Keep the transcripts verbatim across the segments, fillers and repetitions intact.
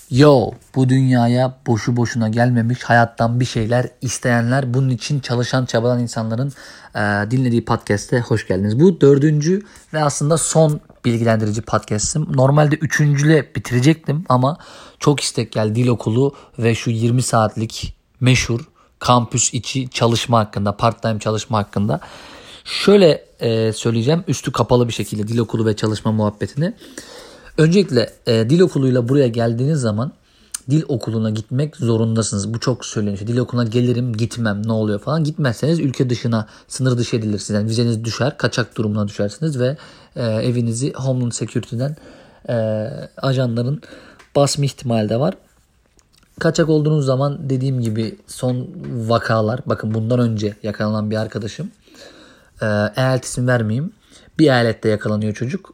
Yo, bu dünyaya boşu boşuna gelmemiş, hayattan bir şeyler isteyenler, bunun için çalışan, çabalayan insanların e, dinlediği podcast'e hoş geldiniz. Bu dördüncü ve aslında son bilgilendirici podcast'im. Normalde üçüncüyle bitirecektim ama çok istek geldi dil okulu ve şu yirmi saatlik meşhur kampüs içi çalışma hakkında, part time çalışma hakkında. Şöyle e, söyleyeceğim, üstü kapalı bir şekilde dil okulu ve çalışma muhabbetini. Öncelikle e, dil okuluyla buraya geldiğiniz zaman dil okuluna gitmek zorundasınız. Bu çok söyleniyor. Dil okuluna gelirim gitmem ne oluyor falan. Gitmezseniz ülke dışına, sınır dışı edilirsiniz. Yani vizeniz düşer, kaçak durumuna düşersiniz ve e, evinizi Homeland Security'den e, ajanların basma ihtimali de var. Kaçak olduğunuz zaman dediğim gibi son vakalar, bakın bundan önce yakalanan bir arkadaşım, e, eyalet isim vermeyeyim, bir eyalette yakalanıyor çocuk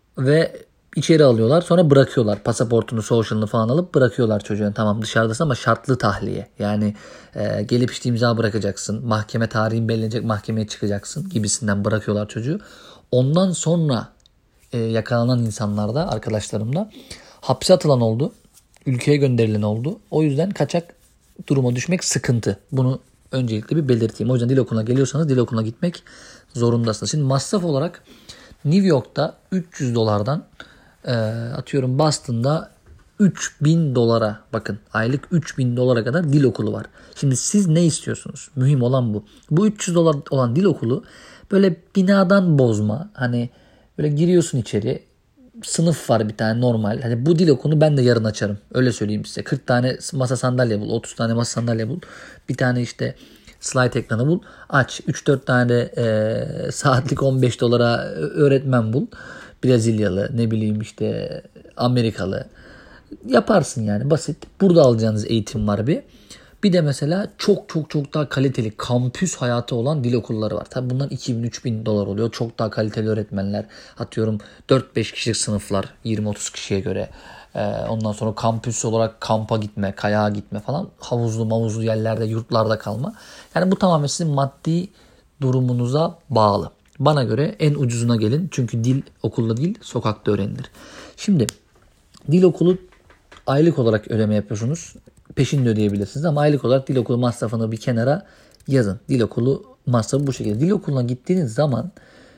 ve İçeri alıyorlar, sonra bırakıyorlar. Pasaportunu, social'ını falan alıp bırakıyorlar çocuğun. Tamam dışarıdasın ama şartlı tahliye. Yani e, gelip işte imza bırakacaksın. Mahkeme tarihin belirlenecek, mahkemeye çıkacaksın gibisinden bırakıyorlar çocuğu. Ondan sonra e, yakalanan insanlarda, arkadaşlarımda hapse atılan oldu. Ülkeye gönderilen oldu. O yüzden kaçak duruma düşmek sıkıntı. Bunu öncelikle bir belirteyim. O yüzden dil okuluna geliyorsanız dil okuluna gitmek zorundasınız. Şimdi masraf olarak New York'ta üç yüz dolardan E, atıyorum Boston'da üç bin dolara, bakın aylık üç bin dolara kadar dil okulu var. Şimdi siz ne istiyorsunuz? Mühim olan bu. Bu üç yüz dolar olan dil okulu böyle binadan bozma, hani böyle giriyorsun içeri, sınıf var bir tane normal. Hani bu dil okulunu ben de yarın açarım. Öyle söyleyeyim size. kırk tane masa sandalye bul, otuz tane masa sandalye bul. Bir tane işte slide ekranı bul. Aç. üç dört tane e, saatlik on beş dolara öğretmen bul. Brezilyalı, ne bileyim işte Amerikalı. Yaparsın yani, basit. Burada alacağınız eğitim var bir. Bir de mesela çok çok çok daha kaliteli kampüs hayatı olan dil okulları var. Tabii bunlar iki bin üç bin dolar oluyor. Çok daha kaliteli öğretmenler. Atıyorum dört beş kişilik sınıflar yirmi otuz kişiye göre. Ee, ondan sonra kampüs olarak kampa gitme, kayağa gitme falan. Havuzlu mavuzlu yerlerde, yurtlarda kalma. Yani bu tamamen sizin maddi durumunuza bağlı. Bana göre en ucuzuna gelin. Çünkü dil okulda değil, sokakta öğrenilir. Şimdi dil okulu aylık olarak ödeme yapıyorsunuz. Peşin de ödeyebilirsiniz ama aylık olarak dil okulu masrafını bir kenara yazın. Dil okulu masrafı bu şekilde. Dil okuluna gittiğiniz zaman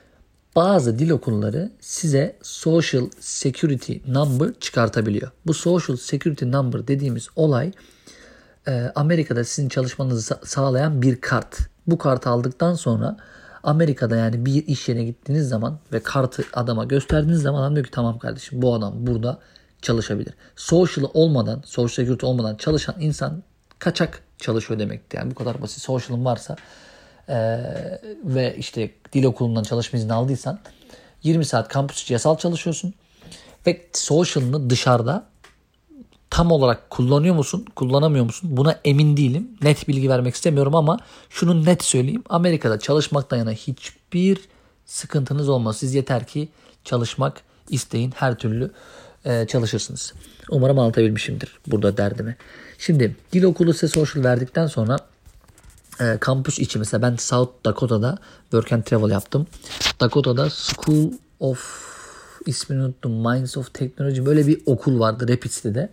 bazı dil okulları size Social Security Number çıkartabiliyor. Bu Social Security Number dediğimiz olay Amerika'da sizin çalışmanızı sağlayan bir kart. Bu kartı aldıktan sonra Amerika'da, yani bir iş yerine gittiğiniz zaman ve kartı adama gösterdiğiniz zaman adam diyor ki tamam kardeşim, bu adam burada çalışabilir. Social olmadan, social security olmadan çalışan insan kaçak çalışıyor demekti. Yani bu kadar basit. Social'ın varsa ee, ve işte dil okulundan çalışma izni aldıysan yirmi saat kampüs içi yasal çalışıyorsun ve social'ını dışarıda tam olarak kullanıyor musun, kullanamıyor musun? Buna emin değilim. Net bilgi vermek istemiyorum ama şunu net söyleyeyim. Amerika'da çalışmaktan yana hiçbir sıkıntınız olmaz. Siz yeter ki çalışmak isteyin. Her türlü e, çalışırsınız. Umarım anlatabilmişimdir burada derdimi. Şimdi dil okulu size social verdikten sonra e, kampüs içi, mesela ben South Dakota'da work and travel yaptım. Dakota'da School of, ismini unuttum, Minds of Technology, böyle bir okul vardı Rapid City'de.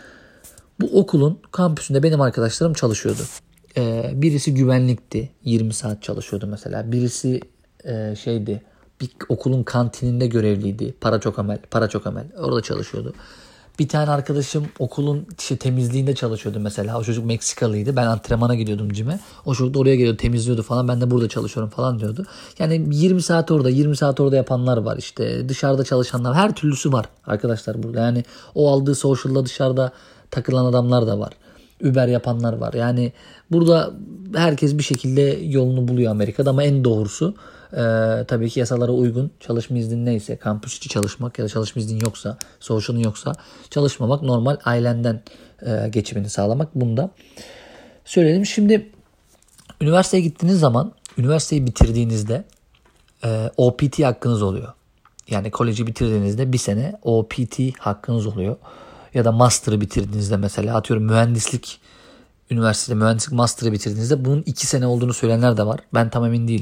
Bu okulun kampüsünde benim arkadaşlarım çalışıyordu. Ee, birisi güvenlikti. yirmi saat çalışıyordu mesela. Birisi e, şeydi. Bir okulun kantininde görevliydi. Para çok amel. Para çok amel. Orada çalışıyordu. Bir tane arkadaşım okulun işte temizliğinde çalışıyordu mesela. O çocuk Meksikalıydı. Ben antrenmana gidiyordum cime. O çocuk da oraya geliyordu, temizliyordu falan. Ben de burada çalışıyorum falan diyordu. Yani yirmi saat orada, yirmi saat orada yapanlar var. İşte dışarıda çalışanlar. Her türlüsü var arkadaşlar burada. Yani o aldığı social'la dışarıda takılan adamlar da var. Uber yapanlar var. Yani burada herkes bir şekilde yolunu buluyor Amerika'da ama en doğrusu e, tabii ki yasalara uygun çalışma iznin neyse, kampüs içi çalışmak ya da çalışma iznin yoksa, social'ın yoksa çalışmamak, normal ailenden e, geçimini sağlamak. Bunu da söyleyelim. Şimdi üniversiteye gittiğiniz zaman, üniversiteyi bitirdiğinizde e, O P T hakkınız oluyor. Yani koleji bitirdiğinizde bir sene O P T hakkınız oluyor. Ya da master'ı bitirdiğinizde, mesela atıyorum mühendislik, üniversitede mühendislik master'ı bitirdiğinizde bunun iki sene olduğunu söyleyenler de var. Ben tam emin değilim.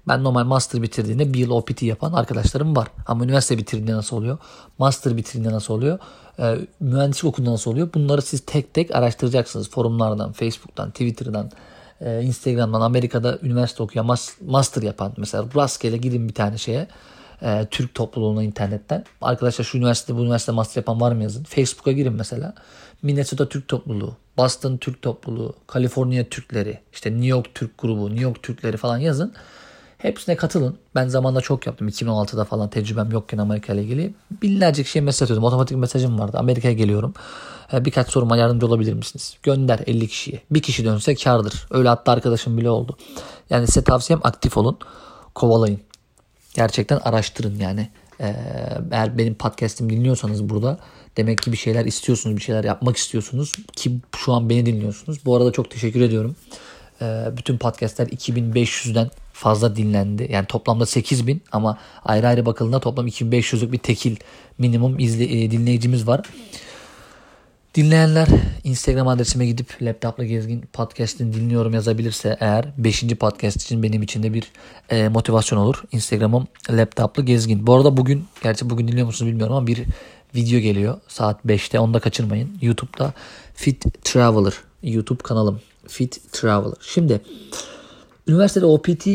Ben normal master bitirdiğinde bir yıl O P T yapan arkadaşlarım var. Ama üniversite bitirdiğinde nasıl oluyor? Master bitirdiğinde nasıl oluyor? Ee, mühendislik okulunda nasıl oluyor? Bunları siz tek tek araştıracaksınız. Forumlardan, Facebook'tan, Twitter'dan, e, Instagram'dan. Amerika'da üniversite okuyan, master yapan mesela rastgele gidin bir tane şeye. E, Türk topluluğuna internetten. Arkadaşlar şu üniversitede bu üniversitede master yapan var mı yazın. Facebook'a girin mesela. Minnesota Türk topluluğu, Boston Türk topluluğu, Kaliforniya Türkleri, işte New York Türk grubu, New York Türkleri falan yazın. Hepsine katılın. Ben zamanında çok yaptım. iki bin on altıda falan tecrübem yokken Amerika ile ilgili. Binlerce kişiye mesaj atıyordum. Otomatik mesajım vardı. Amerika'ya geliyorum. Birkaç soruma yardımcı olabilir misiniz? Gönder elli kişiye. Bir kişi dönse kârdır. Öyle hatta arkadaşım bile oldu. Yani size tavsiyem aktif olun. Kovalayın. Gerçekten araştırın yani. Eğer benim podcast'imi dinliyorsanız burada demek ki bir şeyler istiyorsunuz. Bir şeyler yapmak istiyorsunuz. Ki şu an beni dinliyorsunuz. Bu arada çok teşekkür ediyorum. Bütün podcastler iki bin beş yüzden fazla dinlendi. Yani toplamda sekiz bin ama ayrı ayrı bakıldığında toplam iki bin beş yüzlük bir tekil minimum izle, dinleyicimiz var. Dinleyenler Instagram adresime gidip Laptopla Gezgin podcast'ini dinliyorum yazabilirse eğer beşinci podcast için benim için de bir e, motivasyon olur. Instagram'ım Laptopla Gezgin. Bu arada bugün, gerçi bugün dinliyor musunuz bilmiyorum ama bir video geliyor saat beşte, onu da kaçırmayın. YouTube'da Fit Traveler YouTube kanalım Fit Traveler. Şimdi üniversitede O P T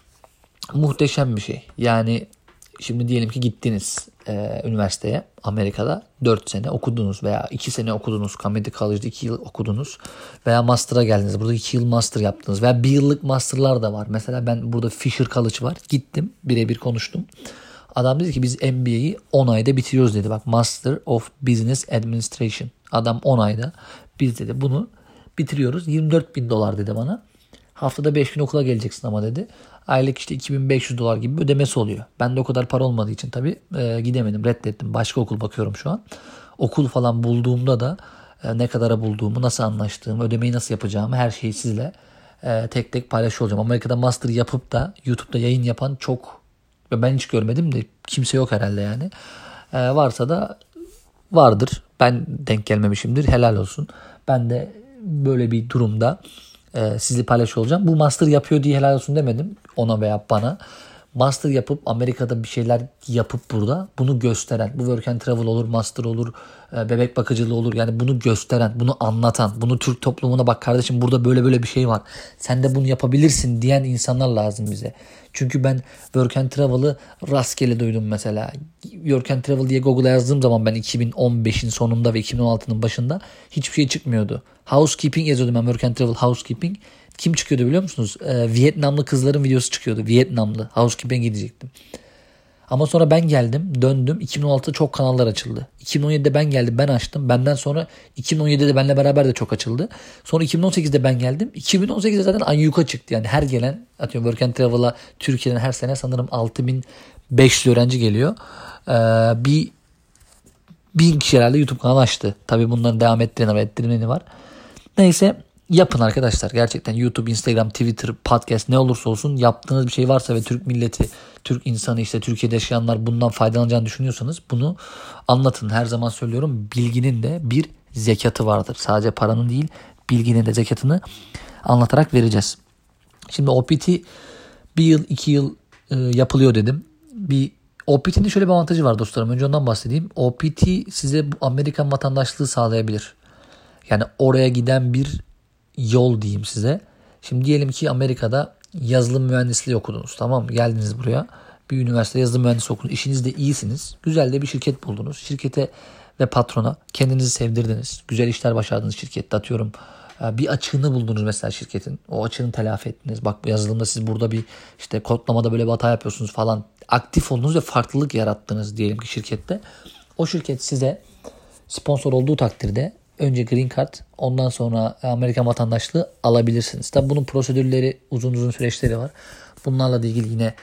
muhteşem bir şey. Yani şimdi diyelim ki gittiniz e, üniversiteye Amerika'da dört sene okudunuz veya iki sene okudunuz. Community College'da iki yıl okudunuz veya master'a geldiniz. Burada iki yıl master yaptınız veya bir yıllık master'lar da var. Mesela ben burada Fisher College var. Gittim, birebir konuştum. Adam dedi ki biz M B A'yi on ayda bitiriyoruz dedi. Bak, Master of Business Administration. Adam on ayda biz dedi bunu bitiriyoruz. yirmi dört bin dolar dedi bana. Haftada beş gün okula geleceksin ama dedi. Aylık işte iki bin beş yüz dolar gibi bir ödemesi oluyor. Ben de o kadar para olmadığı için tabii e, gidemedim, reddettim. Başka okul bakıyorum şu an. Okul falan bulduğumda da e, ne kadara bulduğumu, nasıl anlaştığımı, ödemeyi nasıl yapacağımı, her şeyi sizle e, tek tek paylaşıyor olacağım. Amerika'da master yapıp da YouTube'da yayın yapan çok, ben hiç görmedim de kimse yok herhalde yani. E, varsa da vardır. Ben denk gelmemişimdir. Helal olsun. Ben de böyle bir durumda e, sizle paylaşıyor olacağım. Bu master yapıyor diye helal olsun demedim ona veya bana. Master yapıp Amerika'da bir şeyler yapıp burada bunu gösteren, bu work and travel olur, master olur, e, bebek bakıcılığı olur. Yani bunu gösteren, bunu anlatan, bunu Türk toplumuna bak kardeşim burada böyle böyle bir şey var, sen de bunu yapabilirsin diyen insanlar lazım bize. Çünkü ben work and travel'ı rastgele duydum mesela. Work and travel diye Google'a yazdığım zaman ben iki bin on beşin sonunda ve iki bin on altının başında hiçbir şey çıkmıyordu. Housekeeping yazıyordum ben, work and travel housekeeping. Kim çıkıyordu biliyor musunuz? Ee, Vietnamlı kızların videosu çıkıyordu. Vietnamlı. Housekeeping'e gidecektim. Ama sonra ben geldim, döndüm. iki bin on altıda çok kanallar açıldı. iki bin on yedide ben geldim, ben açtım. Benden sonra iki bin on yedide de benimle beraber de çok açıldı. Sonra iki bin on sekizde ben geldim. iki bin on sekizde zaten Ayyuka çıktı. Yani her gelen, atıyorum Work and Travel'a Türkiye'den her sene sanırım altı bin beş yüz öğrenci geliyor. Ee, bir bin kişi herhalde YouTube kanalı açtı. Tabii bunların devam ettireni ve ettirmeni var. Neyse, yapın arkadaşlar. Gerçekten YouTube, Instagram, Twitter, podcast ne olursa olsun yaptığınız bir şey varsa ve Türk milleti, Türk insanı, işte Türkiye'de yaşayanlar bundan faydalanacağını düşünüyorsanız bunu anlatın. Her zaman söylüyorum, bilginin de bir zekatı vardır. Sadece paranın değil, bilginin de zekatını anlatarak vereceğiz. Şimdi O P T bir yıl iki yıl e, yapılıyor dedim. Bir O P T'nin şöyle bir avantajı var dostlarım. Önce ondan bahsedeyim. O P T size bu Amerikan vatandaşlığı sağlayabilir. Yani oraya giden bir yol diyeyim size. Şimdi diyelim ki Amerika'da yazılım mühendisliği okudunuz. Tamam mı? Geldiniz buraya. Bir üniversite yazılım mühendisi okudunuz. İşinizde iyisiniz. Güzel de bir şirket buldunuz. Şirkete ve patrona kendinizi sevdirdiniz. Güzel işler başardınız şirkette. Atıyorum bir açığını buldunuz mesela şirketin. O açığını telafi ettiniz. Bak, bu yazılımda siz burada bir işte kodlamada böyle bir hata yapıyorsunuz falan. Aktif oldunuz ve farklılık yarattınız diyelim ki şirkette. O şirket size sponsor olduğu takdirde önce Green Card, ondan sonra Amerikan vatandaşlığı alabilirsiniz. Tabi bunun prosedürleri, uzun uzun süreçleri var. Bunlarla da ilgili yine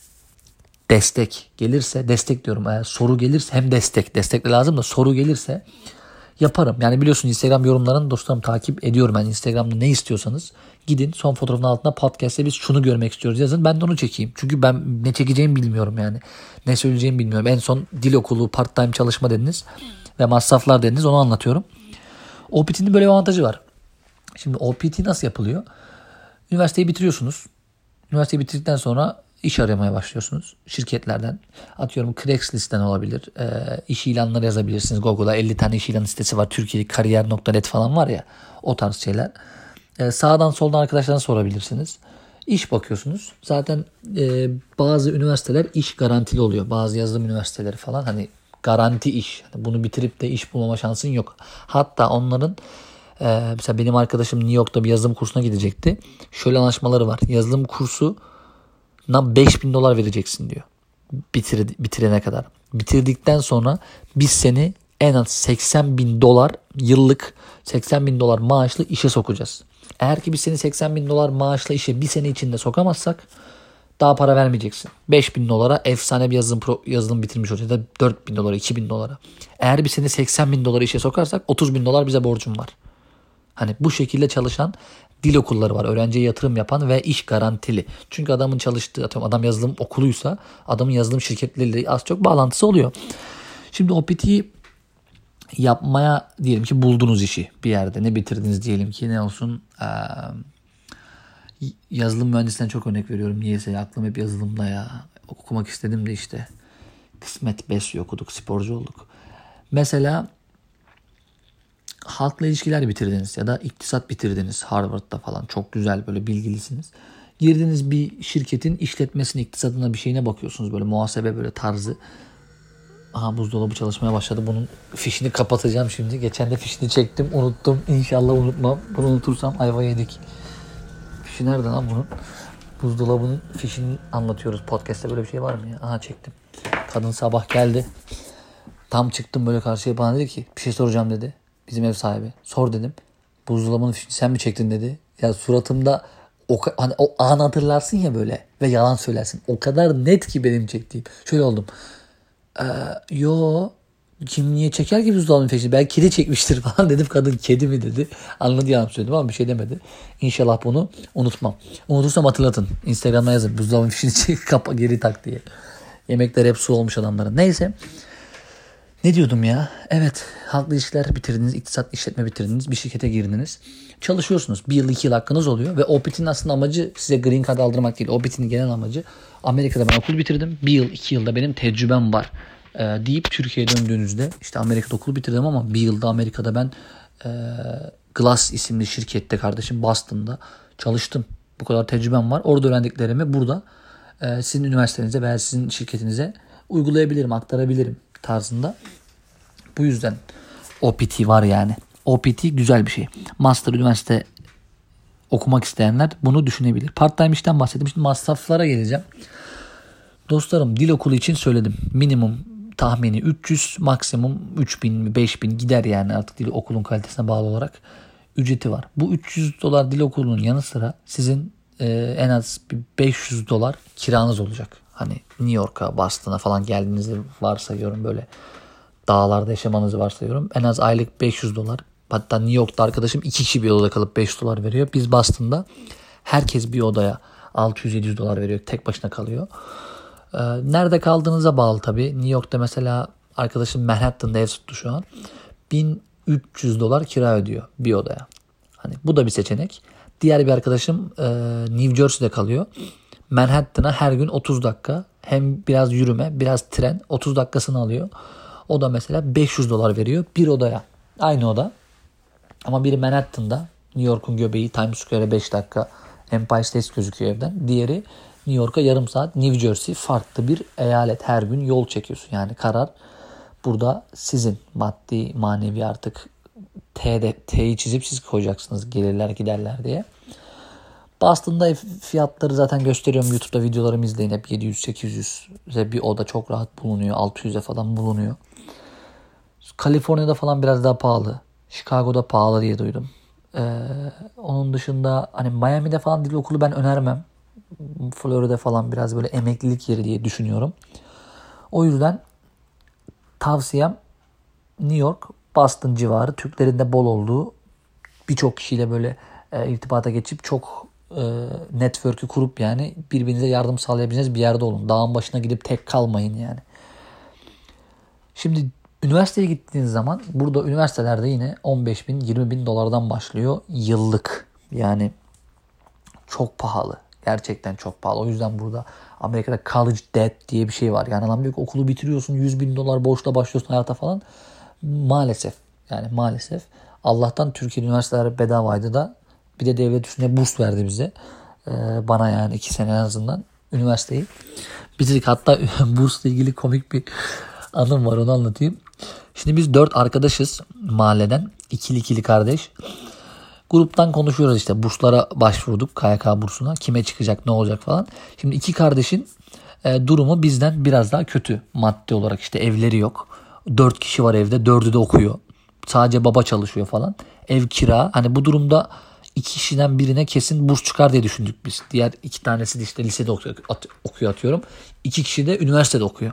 destek gelirse, destek diyorum eğer soru gelirse, hem destek, destek de lazım da soru gelirse yaparım. Yani biliyorsun Instagram yorumlarını dostlarım takip ediyorum. Ben Instagram'da ne istiyorsanız gidin, son fotoğrafın altına podcast'te biz şunu görmek istiyoruz yazın. Ben de onu çekeyim. Çünkü ben ne çekeceğimi bilmiyorum yani. Ne söyleyeceğimi bilmiyorum. En son dil okulu, part time çalışma dediniz ve masraflar dediniz, onu anlatıyorum. O P T'nin böyle bir avantajı var. Şimdi O P T nasıl yapılıyor? Üniversiteyi bitiriyorsunuz. Üniversiteyi bitirdikten sonra İş aramaya başlıyorsunuz. Şirketlerden, atıyorum Craigslist'ten olabilir. E, iş ilanları yazabilirsiniz. Google'a elli tane iş ilan sitesi var. Türkiye'de kariyer nokta net falan var ya. O tarz şeyler. E, sağdan soldan arkadaşlarına sorabilirsiniz. İş bakıyorsunuz. Zaten e, bazı üniversiteler iş garantili oluyor. Bazı yazılım üniversiteleri falan hani garanti iş. Yani bunu bitirip de iş bulmama şansın yok. Hatta onların e, mesela benim arkadaşım New York'ta bir yazılım kursuna gidecekti. Şöyle anlaşmaları var. Yazılım kursu beş bin dolar vereceksin diyor. Bitir, bitirene kadar. Bitirdikten sonra biz seni en az seksen bin dolar yıllık seksen bin dolar maaşlı işe sokacağız. Eğer ki biz seni seksen bin dolar maaşlı işe bir sene içinde sokamazsak daha para vermeyeceksin. beş bin dolara efsane bir yazılım, pro, yazılım bitirmiş olacak. Ya da dört bin dolara, iki bin dolara. Eğer biz seni seksen bin dolara işe sokarsak otuz bin dolar bize borcun var. Hani bu şekilde çalışan dil okulları var. Öğrenciye yatırım yapan ve iş garantili. Çünkü adamın çalıştığı, atıyorum adam yazılım okuluysa adamın yazılım şirketleriyle az çok bağlantısı oluyor. Şimdi O P T'yi yapmaya diyelim ki buldunuz işi bir yerde. Ne bitirdiniz diyelim ki ne olsun. Ee, yazılım mühendisliğine çok örnek veriyorum. Niyeyse aklım hep yazılımda ya. Okumak istedim de işte. Kısmet besliyor okuduk. Sporcu olduk. Mesela halkla ilişkiler bitirdiniz ya da iktisat bitirdiniz Harvard'da falan. Çok güzel böyle bilgilisiniz. Girdiğiniz bir şirketin işletmesine, iktisadına bir şeyine bakıyorsunuz. Böyle muhasebe böyle tarzı. Aha buzdolabı çalışmaya başladı. Bunun fişini kapatacağım şimdi. Geçen de fişini çektim. Unuttum. İnşallah unutmam. Bunu unutursam ayva yedik. Fişi nerede lan bunun? Buzdolabının fişini anlatıyoruz. Podcast'te böyle bir şey var mı ya? Aha çektim. Kadın sabah geldi. Tam çıktım böyle karşıya, bana dedi ki bir şey soracağım dedi. Bizim ev sahibi. Sor dedim. Buzdolabının fişini sen mi çektin dedi. Ya suratımda o, hani o an hatırlarsın ya böyle ve yalan söylersin. O kadar net ki benim çektiğim. Şöyle oldum. Ee, yo kim niye çeker ki buzdolabının fişini? Belki kedi çekmiştir falan dedim. Kadın kedi mi dedi. Anladı, yalan söyledim ama bir şey demedi. İnşallah bunu unutmam. Unutursam hatırlatın. Instagram'a yazın. Buzdolabının fişini çek, kapa geri tak diye. Yemekler hep su olmuş adamların. Neyse. Ne diyordum ya? Evet, halkla ilişkiler bitirdiniz, iktisat işletme bitirdiniz, bir şirkete girdiniz. Çalışıyorsunuz. Bir yıl, iki yıl hakkınız oluyor ve O P T'nin aslında amacı size green card aldırmak değil. O P T'nin genel amacı Amerika'da ben okul bitirdim. Bir yıl, iki yılda benim tecrübem var e, deyip Türkiye'ye döndüğünüzde işte Amerika'da okul bitirdim ama bir yılda Amerika'da ben e, Glass isimli şirkette kardeşim Boston'da çalıştım. Bu kadar tecrübem var. Orada öğrendiklerimi burada e, sizin üniversitenize veya sizin şirketinize uygulayabilirim, aktarabilirim tarzında. Bu yüzden O P T var yani. O P T güzel bir şey. Master üniversite okumak isteyenler bunu düşünebilir. Part time işten bahsettim. Şimdi masraflara geleceğim. Dostlarım, dil okulu için söyledim. Minimum tahmini üç yüz, maksimum üç bin beş bin gider yani artık dil okulun kalitesine bağlı olarak ücreti var. Bu üç yüz dolar dil okulunun yanı sıra sizin e, en az bir beş yüz dolar kiranız olacak. Hani New York'a, Boston'a falan geldiğinizi varsayıyorum, böyle dağlarda yaşamanızı varsayıyorum. En az aylık beş yüz dolar. Hatta New York'ta arkadaşım iki kişi bir odada kalıp beş dolar veriyor. Biz Boston'da herkes bir odaya altı yüz yedi yüz dolar veriyor. Tek başına kalıyor. Ee, nerede kaldığınıza bağlı tabii. New York'ta mesela arkadaşım Manhattan'da ev tuttu şu an. bin üç yüz dolar kira ödüyor bir odaya. Hani bu da bir seçenek. Diğer bir arkadaşım e, New Jersey'de kalıyor. Manhattan'a her gün otuz dakika, hem biraz yürüme biraz tren, otuz dakikasını alıyor. O da mesela beş yüz dolar veriyor bir odaya. Aynı oda. Ama biri Manhattan'da, New York'un göbeği, Times Square'e beş dakika, Empire State gözüküyor evden. Diğeri New York'a yarım saat, New Jersey, farklı bir eyalet, her gün yol çekiyorsun. Yani karar burada sizin, maddi manevi artık T'de, T'yi çizip siz koyacaksınız gelirler giderler diye. Boston'da fiyatları zaten gösteriyorum. YouTube'da videolarımı izleyin. Hep yedi yüz sekiz yüze bir oda çok rahat bulunuyor. altı yüze falan bulunuyor. Kaliforniya'da falan biraz daha pahalı. Chicago'da pahalı diye duydum. Ee, onun dışında hani Miami'de falan dil okulu ben önermem. Florida falan biraz böyle emeklilik yeri diye düşünüyorum. O yüzden tavsiyem New York, Boston civarı, Türklerin de bol olduğu, birçok kişiyle böyle e, irtibata geçip çok e, network'ü kurup yani birbirinize yardım sağlayabileceğiniz bir yerde olun. Dağın başına gidip tek kalmayın yani. Şimdi üniversiteye gittiğiniz zaman burada üniversitelerde yine on beş bin yirmi bin dolardan başlıyor yıllık. Yani çok pahalı. Gerçekten çok pahalı. O yüzden burada Amerika'da college debt diye bir şey var. Yani adam diyor ki okulu bitiriyorsun, yüz bin dolar borçla başlıyorsun hayata falan. Maalesef yani maalesef. Allah'tan Türkiye üniversiteleri bedavaydı da bir de devlet üstüne burs verdi bize. Ee, bana yani iki sene en azından üniversiteyi bitirdik. Hatta bursla ilgili komik bir anım var, onu anlatayım. Şimdi biz dört arkadaşız mahalleden. İkili ikili kardeş. Gruptan konuşuyoruz işte, burslara başvurduk, K Y K bursuna. Kime çıkacak, ne olacak falan. Şimdi iki kardeşin e, durumu bizden biraz daha kötü maddi olarak. İşte evleri yok. Dört kişi var evde, dördü de okuyor. Sadece baba çalışıyor falan. Ev kira. Hani bu durumda iki kişiden birine kesin burs çıkar diye düşündük biz. Diğer iki tanesi de işte lisede okuyor, at, okuyor atıyorum. İki kişi de üniversitede okuyor.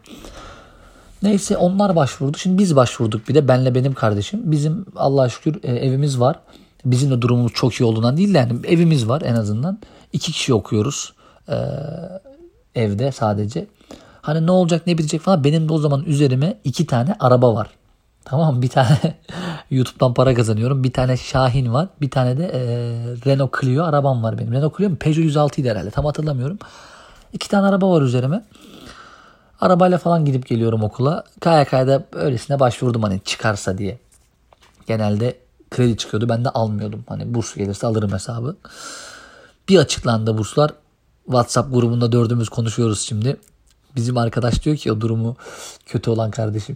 Neyse onlar başvurdu. Şimdi biz başvurduk bir de, benle benim kardeşim. Bizim Allah'a şükür e, evimiz var. Bizim de durumumuz çok iyi olduğundan değil de yani evimiz var en azından. İki kişi okuyoruz e, evde sadece. Hani ne olacak ne bitecek falan. Benim de o zaman üzerime iki tane araba var. Tamam mı? Bir tane YouTube'dan para kazanıyorum. Bir tane Şahin var. Bir tane de e, Renault Clio arabam var benim. Renault Clio mu? Peugeot yüz altı idi herhalde. Tam hatırlamıyorum. İki tane araba var üzerime. Arabayla falan gidip geliyorum okula. K Y K'da öylesine başvurdum hani çıkarsa diye. Genelde kredi çıkıyordu. Ben de almıyordum. Hani burs gelirse alırım hesabı. Bir açıklandı burslar. WhatsApp grubunda dördümüz konuşuyoruz şimdi. Bizim arkadaş diyor ki, o durumu kötü olan kardeşim.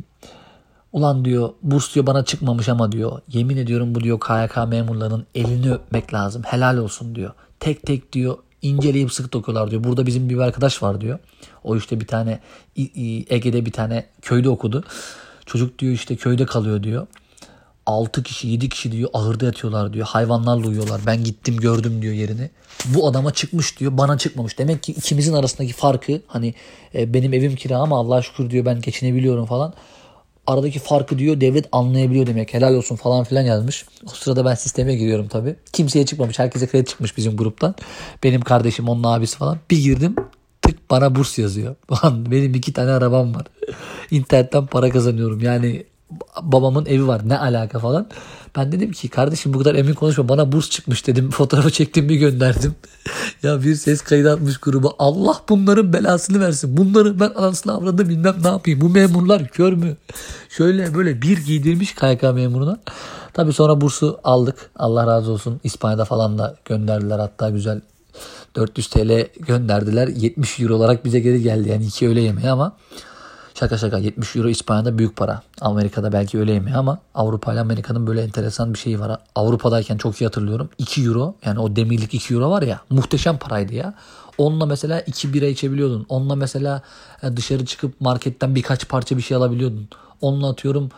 Ulan diyor, burs diyor bana çıkmamış ama diyor, yemin ediyorum bu diyor K Y K memurlarının elini öpmek lazım. Helal olsun diyor. Tek tek diyor inceleyip sık dokuyorlar diyor. Burada bizim bir arkadaş var diyor. O işte bir tane Ege'de bir tane köyde okudu. Çocuk diyor işte köyde kalıyor diyor. altı kişi yedi kişi diyor ahırda yatıyorlar diyor. Hayvanlarla uyuyorlar. Ben gittim gördüm diyor yerini. Bu adama çıkmış diyor, bana çıkmamış. Demek ki ikimizin arasındaki farkı, hani e, benim evim kira ama Allah'a şükür diyor ben geçinebiliyorum falan. Aradaki farkı diyor devlet anlayabiliyor demek. Helal olsun falan filan yazmış. O sırada ben sisteme giriyorum tabii. Kimseye çıkmamış. Herkese kredi çıkmış bizim gruptan. Benim kardeşim, onun abisi falan. Bir girdim, tık bana burs yazıyor. Benim iki tane arabam var. İnternetten para kazanıyorum. Yani babamın evi var, ne alaka falan. Ben dedim ki kardeşim bu kadar emin konuşma, bana burs çıkmış dedim. Fotoğrafı çektim, bir gönderdim. Ya bir ses kaydı atmış gruba. Allah bunların belasını versin. Bunları ben anasını avradım bilmem ne yapayım. Bu memurlar kör mü? Şöyle böyle bir giydirmiş K Y K memuruna. Tabii sonra bursu aldık. Allah razı olsun. İspanya'da falan da gönderdiler. Hatta güzel dört yüz TL gönderdiler. yetmiş euro olarak bize geri geldi. Yani iki öğle yemeği ama şaka şaka, yetmiş euro İspanya'da büyük para. Amerika'da belki öyle yemeği ama Avrupa ile Amerika'nın böyle enteresan bir şeyi var. Avrupa'dayken çok iyi hatırlıyorum. iki euro, yani o demirlik iki euro var ya, muhteşem paraydı ya. Onunla mesela iki bira içebiliyordun. Onunla mesela dışarı çıkıp marketten birkaç parça bir şey alabiliyordun. Onunla atıyorum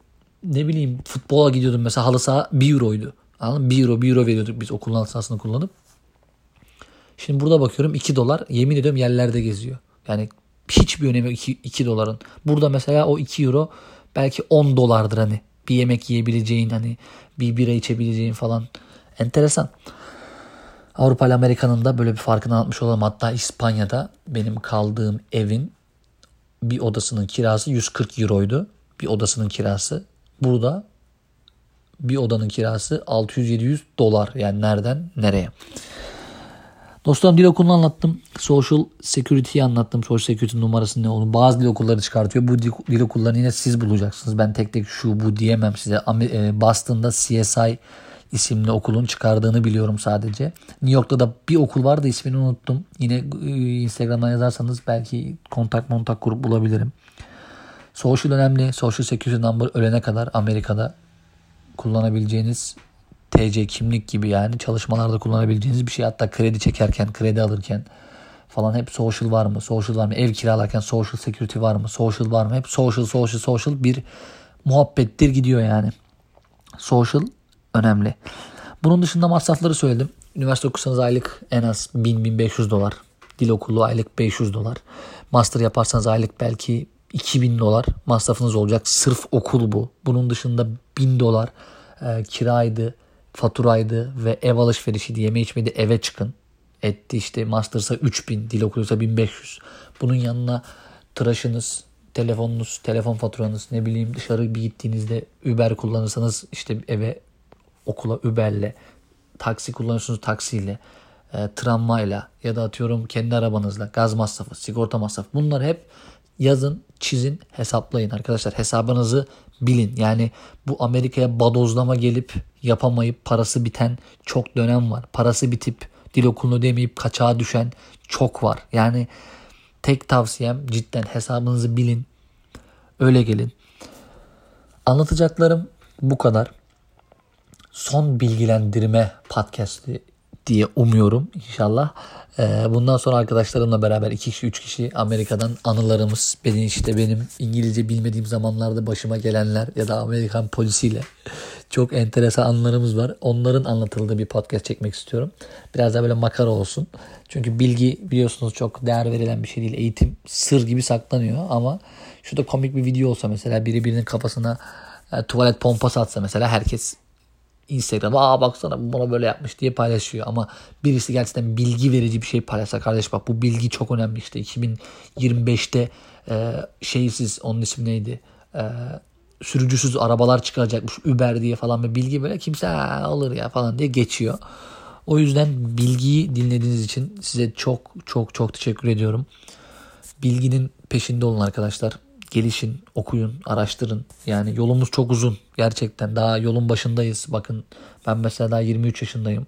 ne bileyim futbola gidiyordun mesela, halı saha bir euroydu. Anladın mı? bir euro bir euro veriyorduk biz okulun halı sahasını kullanıp. Şimdi burada bakıyorum iki dolar, yemin ediyorum yerlerde geziyor. Yani hiçbir önemi yok iki doların. Burada mesela o iki euro belki on dolardır hani. Bir yemek yiyebileceğin, hani bir bira içebileceğin falan. Enteresan. Avrupa ile Amerika'nın da böyle bir farkını anlatmış olalım. Hatta İspanya'da benim kaldığım evin bir odasının kirası yüz kırk euroydu. Bir odasının kirası. Burada bir odanın kirası altı yüz yedi yüz dolar. Yani nereden nereye? Dostlarım, dil okulunu anlattım. Social Security'yi anlattım. Social Security numarası ne olduğunu. Bazı dil okulları çıkartıyor. Bu dil okullarını yine siz bulacaksınız. Ben tek tek şu bu diyemem size. Boston'da C S I isimli okulun çıkardığını biliyorum sadece. New York'ta da bir okul vardı, ismini unuttum. Yine Instagram'dan yazarsanız belki kontak montak kurup bulabilirim. Social önemli. Social Security number ölene kadar Amerika'da kullanabileceğiniz T C kimlik gibi, yani çalışmalarda kullanabileceğiniz bir şey. Hatta kredi çekerken, kredi alırken falan hep social var mı? Social var mı? Ev kiralarken social security var mı? Social var mı? Hep social, social, social bir muhabbettir gidiyor yani. Social önemli. Bunun dışında masrafları söyledim. Üniversite okusanız aylık en az bin bin beş yüz dolar. Dil okulu aylık beş yüz dolar. Master yaparsanız aylık belki iki bin dolar masrafınız olacak. Sırf okul bu. Bunun dışında bin dolar e, kiraydı, faturaydı ve ev alışverişiydi, yeme içmeydi, eve çıkın. Etti işte master'sa üç bin, dil okuluysa bin beş yüz. Bunun yanına tıraşınız, telefonunuz, telefon faturanız, ne bileyim dışarı bir gittiğinizde Uber kullanırsanız işte eve okula Uber'le, taksi kullanıyorsunuz taksiyle, e, tramvayla ya da atıyorum kendi arabanızla gaz masrafı, sigorta masrafı, bunlar hep yazın, çizin, hesaplayın arkadaşlar. Hesabınızı bilin. Yani bu Amerika'ya badozlama gelip yapamayıp parası biten çok dönem var. Parası bitip dil okulunu demeyip kaçağa düşen çok var. Yani tek tavsiyem cidden hesabınızı bilin. Öyle gelin. Anlatacaklarım bu kadar. Son bilgilendirme podcast'i diye umuyorum inşallah. Ee, bundan sonra arkadaşlarımla beraber iki kişi üç kişi Amerika'dan anılarımız, benim işte benim İngilizce bilmediğim zamanlarda başıma gelenler ya da Amerikan polisiyle çok enteresan anılarımız var. Onların anlatıldığı bir podcast çekmek istiyorum. Biraz daha böyle makara olsun. Çünkü bilgi biliyorsunuz çok değer verilen bir şey değil. Eğitim sır gibi saklanıyor ama şurada komik bir video olsa mesela, biri birinin kafasına e, tuvalet pompası atsa mesela, herkes Instagram'a aa baksana buna böyle yapmış diye paylaşıyor. Ama birisi gerçekten bilgi verici bir şey paylaşsa, kardeş bak bu bilgi çok önemli, işte iki bin yirmi beşte e, şeysiz, onun ismi neydi, e, sürücüsüz arabalar çıkaracakmış Uber diye falan bir bilgi, böyle kimse alır ya falan diye geçiyor. O yüzden bilgiyi dinlediğiniz için size çok çok çok teşekkür ediyorum. Bilginin peşinde olun arkadaşlar. Gelişin, okuyun, araştırın. Yani yolumuz çok uzun. Gerçekten daha yolun başındayız. Bakın ben mesela daha yirmi üç yaşındayım.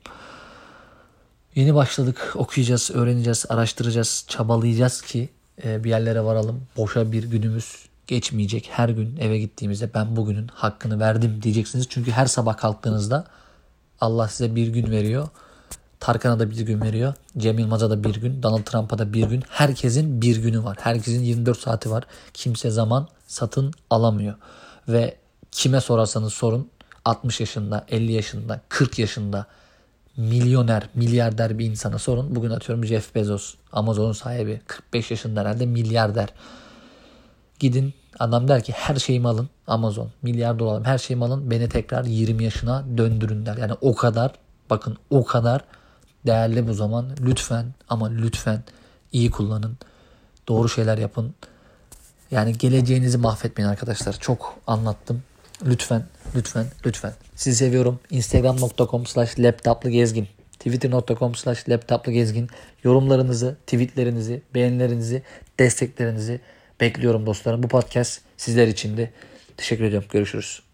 Yeni başladık. Okuyacağız, öğreneceğiz, araştıracağız, çabalayacağız ki bir yerlere varalım. Boşa bir günümüz geçmeyecek. Her gün eve gittiğimizde ben bugünün hakkını verdim diyeceksiniz. Çünkü her sabah kalktığınızda Allah size bir gün veriyor. Tarkan'a da bir gün veriyor. Cem Yılmaz'a da bir gün. Donald Trump'a da bir gün. Herkesin bir günü var. Herkesin yirmi dört saati var. Kimse zaman satın alamıyor. Ve kime sorarsanız sorun, altmış yaşında, elli yaşında, kırk yaşında milyoner, milyarder bir insana sorun. Bugün atıyorum Jeff Bezos, Amazon'un sahibi, kırk beş yaşında herhalde, milyarder. Gidin, adam der ki her şeyimi alın Amazon, milyar dolarım, her şeyimi alın, beni tekrar yirmi yaşına döndürün der. Yani o kadar, bakın o kadar değerli bu zaman. Lütfen ama lütfen iyi kullanın. Doğru şeyler yapın. Yani geleceğinizi mahvetmeyin arkadaşlar. Çok anlattım. Lütfen, lütfen, lütfen. Sizi seviyorum. instagram nokta com slash laptoplugezgin, twitter nokta com slash laptoplugezgin. Yorumlarınızı, tweetlerinizi, beğenilerinizi, desteklerinizi bekliyorum dostlarım. Bu podcast sizler içindi. Teşekkür ediyorum. Görüşürüz.